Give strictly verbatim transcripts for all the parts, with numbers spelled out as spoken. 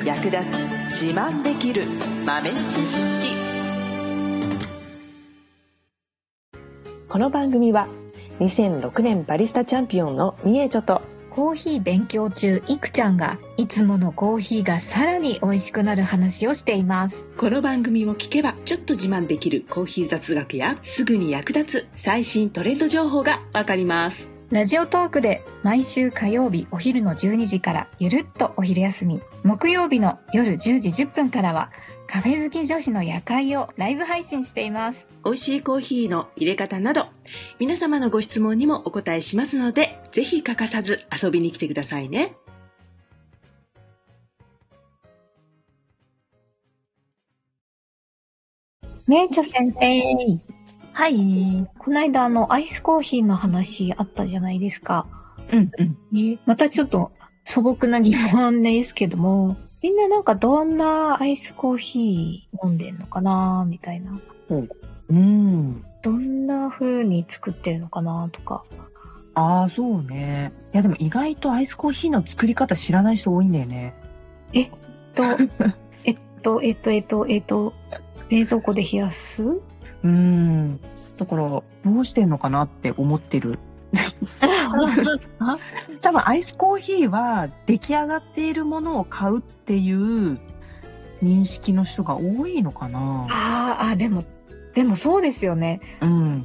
役立つ自慢できる豆知識。この番組はにせんろくねんバリスタチャンピオンのみえちょとコーヒー勉強中いくちゃんがいつものコーヒーがさらに美味しくなる話をしています。 この番組を聞けばちょっと自慢できるコーヒー雑学やすぐに役立つ最新トレンド情報がわかります。 ラジオトークで毎週火曜日お昼のじゅうにじからゆるっとお昼休み、木曜日の夜じゅうじじゅっぷんからはカフェ好き女子の夜会をライブ配信しています。 美味しいコーヒーの入れ方など皆様のご質問にもお答えしますので、ぜひ欠かさず遊びに来てくださいね。 ねえちょ先生、 はい。 この間あのアイスコーヒーの話あったじゃないですか。 うんうん。 ね、またちょっと素朴な疑問ですけども、みんななんかどんなアイスコーヒー飲んでんのかなみたいな。 うん。 どんな風に作ってるのかなとか。 ああ、そうね。いやでも意外とアイスコーヒーの作り方知らない人多いんだよね。 えっと、えっと、えっと、えっと、えっと、冷蔵庫で冷やす？ うーん。だから、どうしてんのかなって思ってる。多分アイスコーヒーは出来上がっているものを買うっていう認識の人が多いのかな。 あーあ、でも、でもそうですよね。 うん。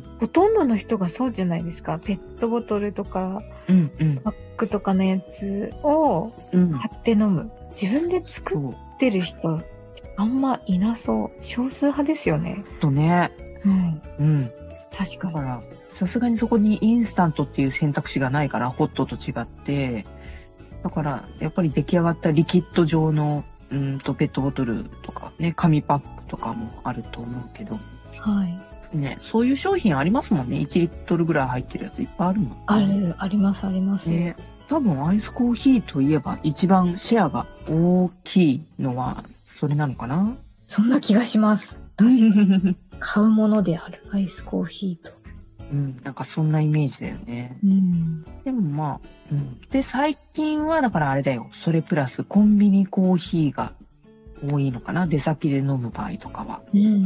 ほとんどの人がそうじゃないですか。ペットボトルとか、 うんうんパックとかのやつをうん。 買って飲む。自分で作そう。 ってる人、あんまいなそう。少数派ですよね。 とね。 うん。 うん。 確かに。 だから、さすがにそこにインスタントっていう選択肢がないから、ホットと違って。だから、やっぱり出来上がったリキッド状の、うんと、ペットボトルとかね、紙パックとかもあると思うけど。 はい。 ね、そういう商品ありますもんね。いちリットルぐらい入ってるやついっぱいあるもんね。 ある、あります、あります。 ね。多分アイスコーヒーといえば一番シェアが大きいのはそれなのかな。 そんな気がします。買うものである、アイスコーヒーと。 うん、なんかそんなイメージだよね。 うん。 でもまあ、うん。で、最近はだからあれだよ。それプラスコンビニコーヒーが多いのかな。出先で飲む場合とかは。 うんうんうん。 うん。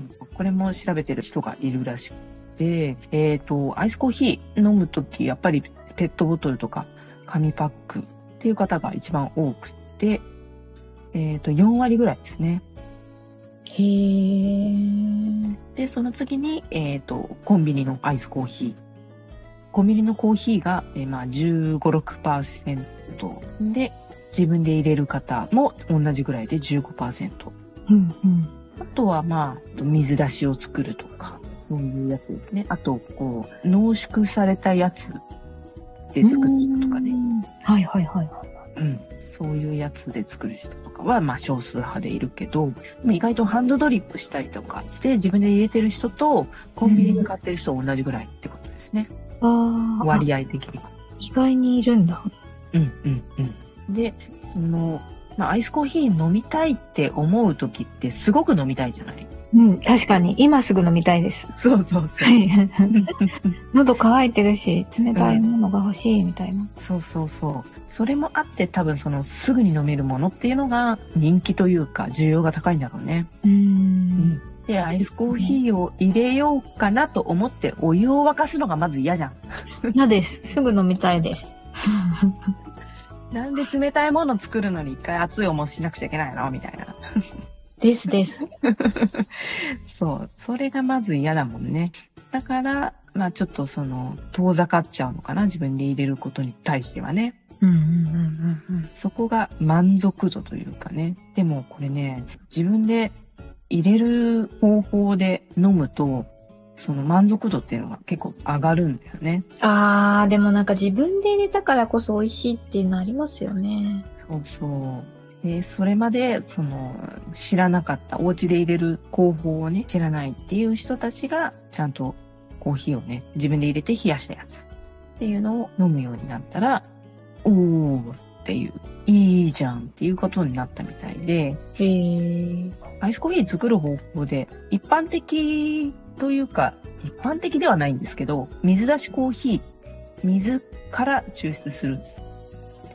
これも調べてる人がいるらしくて、えっと、アイスコーヒー飲むとき、やっぱりペットボトルとか紙パックっていう方が一番多くて、えっと、よんわりぐらいですね。 へー。 で、その次に、えっと、コンビニのアイスコーヒー。コンビニのコーヒーが、えーまあ、じゅうご、ろくパーセント で、自分で入れる方も同じぐらいで じゅうごパーセント。 うんうん。 あとは、まあ、水出しを作るとか、そういうやつですね。あと、こう、濃縮されたやつで作る人とかね。 はいはいはい。 うん。そういうやつで作る人とかは、まあ、少数派でいるけど、でも意外とハンドドリップしたりとかして、自分で入れてる人と、コンビニで買ってる人は同じぐらいってことですね。 ああ。 割合的には。 意外にいるんだ。 うんうんうん。で、その、まあ、アイスコーヒー飲みたいって思う時ってすごく飲みたいじゃない？ うん、確かに。今すぐ飲みたいです。 そうそうそう。 はい。喉乾いてるし、冷たいものが欲しいみたいな。 そうそうそう。それもあって多分そのすぐに飲めるものっていうのが人気というか需要が高いんだろうね。 うー。 うんん。で、アイスコーヒーを入れようかなと思ってお湯を沸かすのがまず嫌じゃん。 嫌です。すぐ飲みたいです。 なんで冷たいもの作るのに一回熱い思いしなくちゃいけないのみたいな。 ですです。 そう。それがまず嫌だもんね。だから、まあちょっとその、遠ざかっちゃうのかな。自分で入れることに対してはね。 うんうんうんうんうん。 そこが満足度というかね。でもこれね、自分で入れる方法で飲むと、その満足度っていうのが結構上がるんだよね。 あー、でもなんか自分で入れたからこそ美味しいっていうのありますよね。 そうそう。で、それまで、その、知らなかった、お家で入れる方法をね、知らないっていう人たちが、ちゃんとコーヒーをね、自分で入れて冷やしたやつっていうのを飲むようになったら、おーっていう、いいじゃんっていうことになったみたいで、 へー。 アイスコーヒー作る方法で、一般的というか、一般的ではないんですけど、水出しコーヒー、水から抽出するっ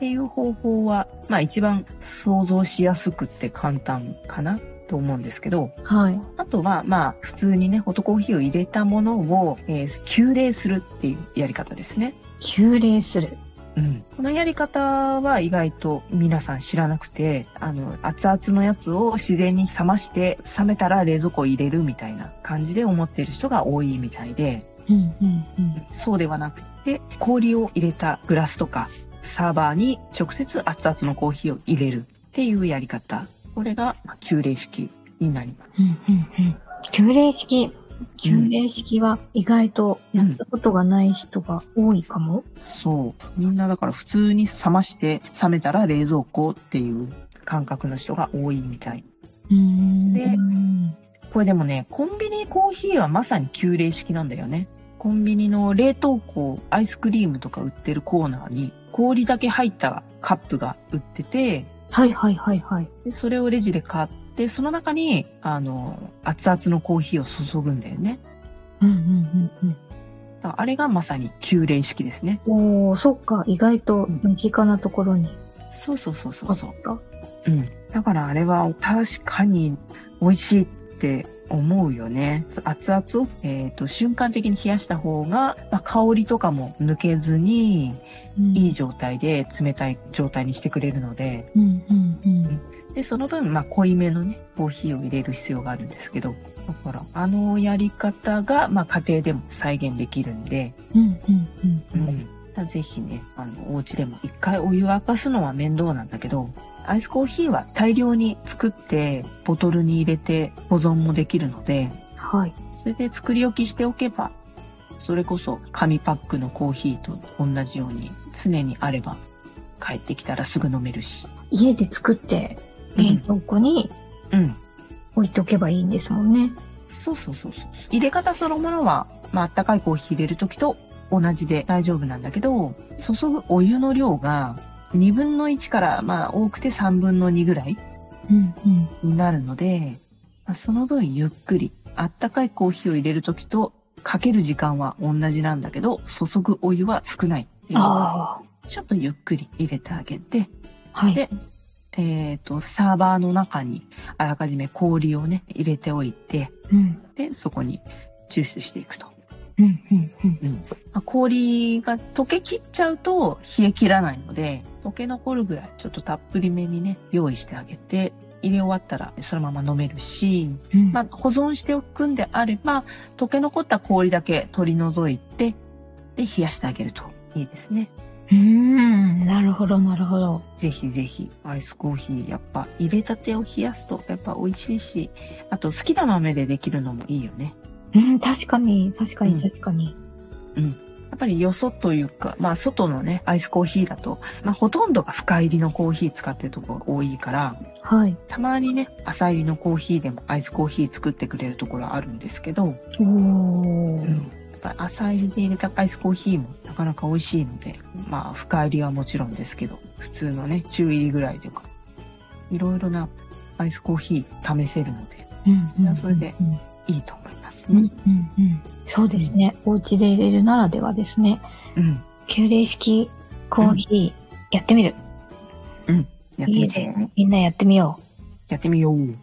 っていう方法は、まあ一番想像しやすくって簡単かなと思うんですけど、 はい。 あとはまあ普通にね、ホットコーヒーを入れたものを、えー、急冷するっていうやり方ですね。 急冷する。 うん。このやり方は意外と皆さん知らなくて、あの、熱々のやつを自然に冷まして、冷めたら冷蔵庫入れるみたいな感じで思っている人が多いみたいで、 うんうんうん。 そうではなくて、氷を入れたグラスとかサーバーに直接熱々のコーヒーを入れるっていうやり方。これが急冷式になります。 うんうんうん。急冷式。急冷式は意外とやったことがない人が多いかも。 そう。みんなだから普通に冷まして冷めたら冷蔵庫っていう感覚の人が多いみたい。 うーん。 でこれでもね、コンビニコーヒーはまさに急冷式なんだよね。コンビニの冷凍庫、アイスクリームとか売ってるコーナーに氷だけ入ったカップが売ってて、 はいはいはいはい。 でそれをレジで買って、その中に、あの、熱々のコーヒーを注ぐんだよね。 うんうんうんうん。 だからあれがまさに急冷式ですね。 おー、そっか。意外と身近なところにそうそうそうそあっうそう。 た。 うん。だからあれは確かに美味しいって思うよね。熱々を、えっと、瞬間的に冷やした方が、まあ、香りとかも抜けずに、 うんいい状態で冷たい状態にしてくれるので、 うんうんうんで、その分、まあ、濃いめのね、コーヒーを入れる必要があるんですけど、だから、あのやり方が、まあ、家庭でも再現できるんで、 うんうんうんう。ん。ぜひね、あの、お家でも一回お湯を沸かすのは面倒なんだけど、アイスコーヒーは大量に作って、ボトルに入れて保存もできるので、 はい。 それで作り置きしておけば、それこそ紙パックのコーヒーと同じように常にあれば、帰ってきたらすぐ飲めるし。 家で作って冷蔵庫にうん。 置いとけばいいんですもんね。 そうそうそうそう。入れ方そのものは、まあ、あったかいコーヒー入れるときと同じで大丈夫なんだけど、注ぐお湯の量がにぶんのいちからまあ多くてさんぶんのにぐらいうんうん。 になるので、まあ、その分ゆっくり、あったかいコーヒーを入れるときとかける時間は同じなんだけど、注ぐお湯は少ないっていう。 ああ。 ちょっとゆっくり入れてあげて、 はい。 で、えっと、サーバーの中にあらかじめ氷をね、入れておいて、 うん。 で、そこに抽出していくと。 うんうんうん。 うん。まあ、氷が溶けきっちゃうと冷え切らないので、溶け残るぐらいちょっとたっぷりめにね、用意してあげて、入れ終わったらそのまま飲めるし、 うん、 まあ、保存しておくんであれば、溶け残った氷だけ取り除いて、で、冷やしてあげるといいですね。 うーん。なるほどなるほど。 ぜひぜひ、アイスコーヒー、やっぱ入れたてを冷やすとやっぱ美味しいし、あと好きな豆でできるのもいいよね。 うん、確かに、確かに、 うん確かに。 うん。やっぱりよそというか、まあ外のね、アイスコーヒーだと、まあほとんどが深入りのコーヒー使ってるところが多いから、 はい。 たまにね、浅入りのコーヒーでもアイスコーヒー作ってくれるところはあるんですけど、 おー。 うんやっぱ浅入りで入れたアイスコーヒーもなかなか美味しいので、まあ深入りはもちろんですけど、普通のね、中入りぐらいとか、いろいろなアイスコーヒー試せるので、 うんうん、 それでうんいいと思いますうんね。 うんうん。そうですね。お家で入れるならではですね。 うん。 急冷式コーヒー、やってみる。 うん。やって家みて。 でみんなやってみよやってみよう。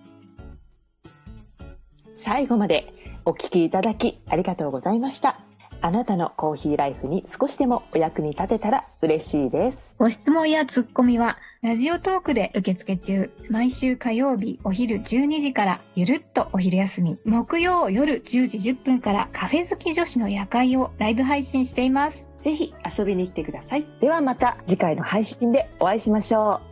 最後までお聞きいただきありがとうございました。あなたのコーヒーライフに少しでもお役に立てたら嬉しいです。 う。ご質問やツッコミは、ラジオトークで受付中。毎週火曜日お昼じゅうにじからゆるっとお昼休み。木曜夜じゅうじじゅっぷんからカフェ好き女子の夜会をライブ配信しています。 ぜひ遊びに来てください。ではまた次回の配信でお会いしましょう。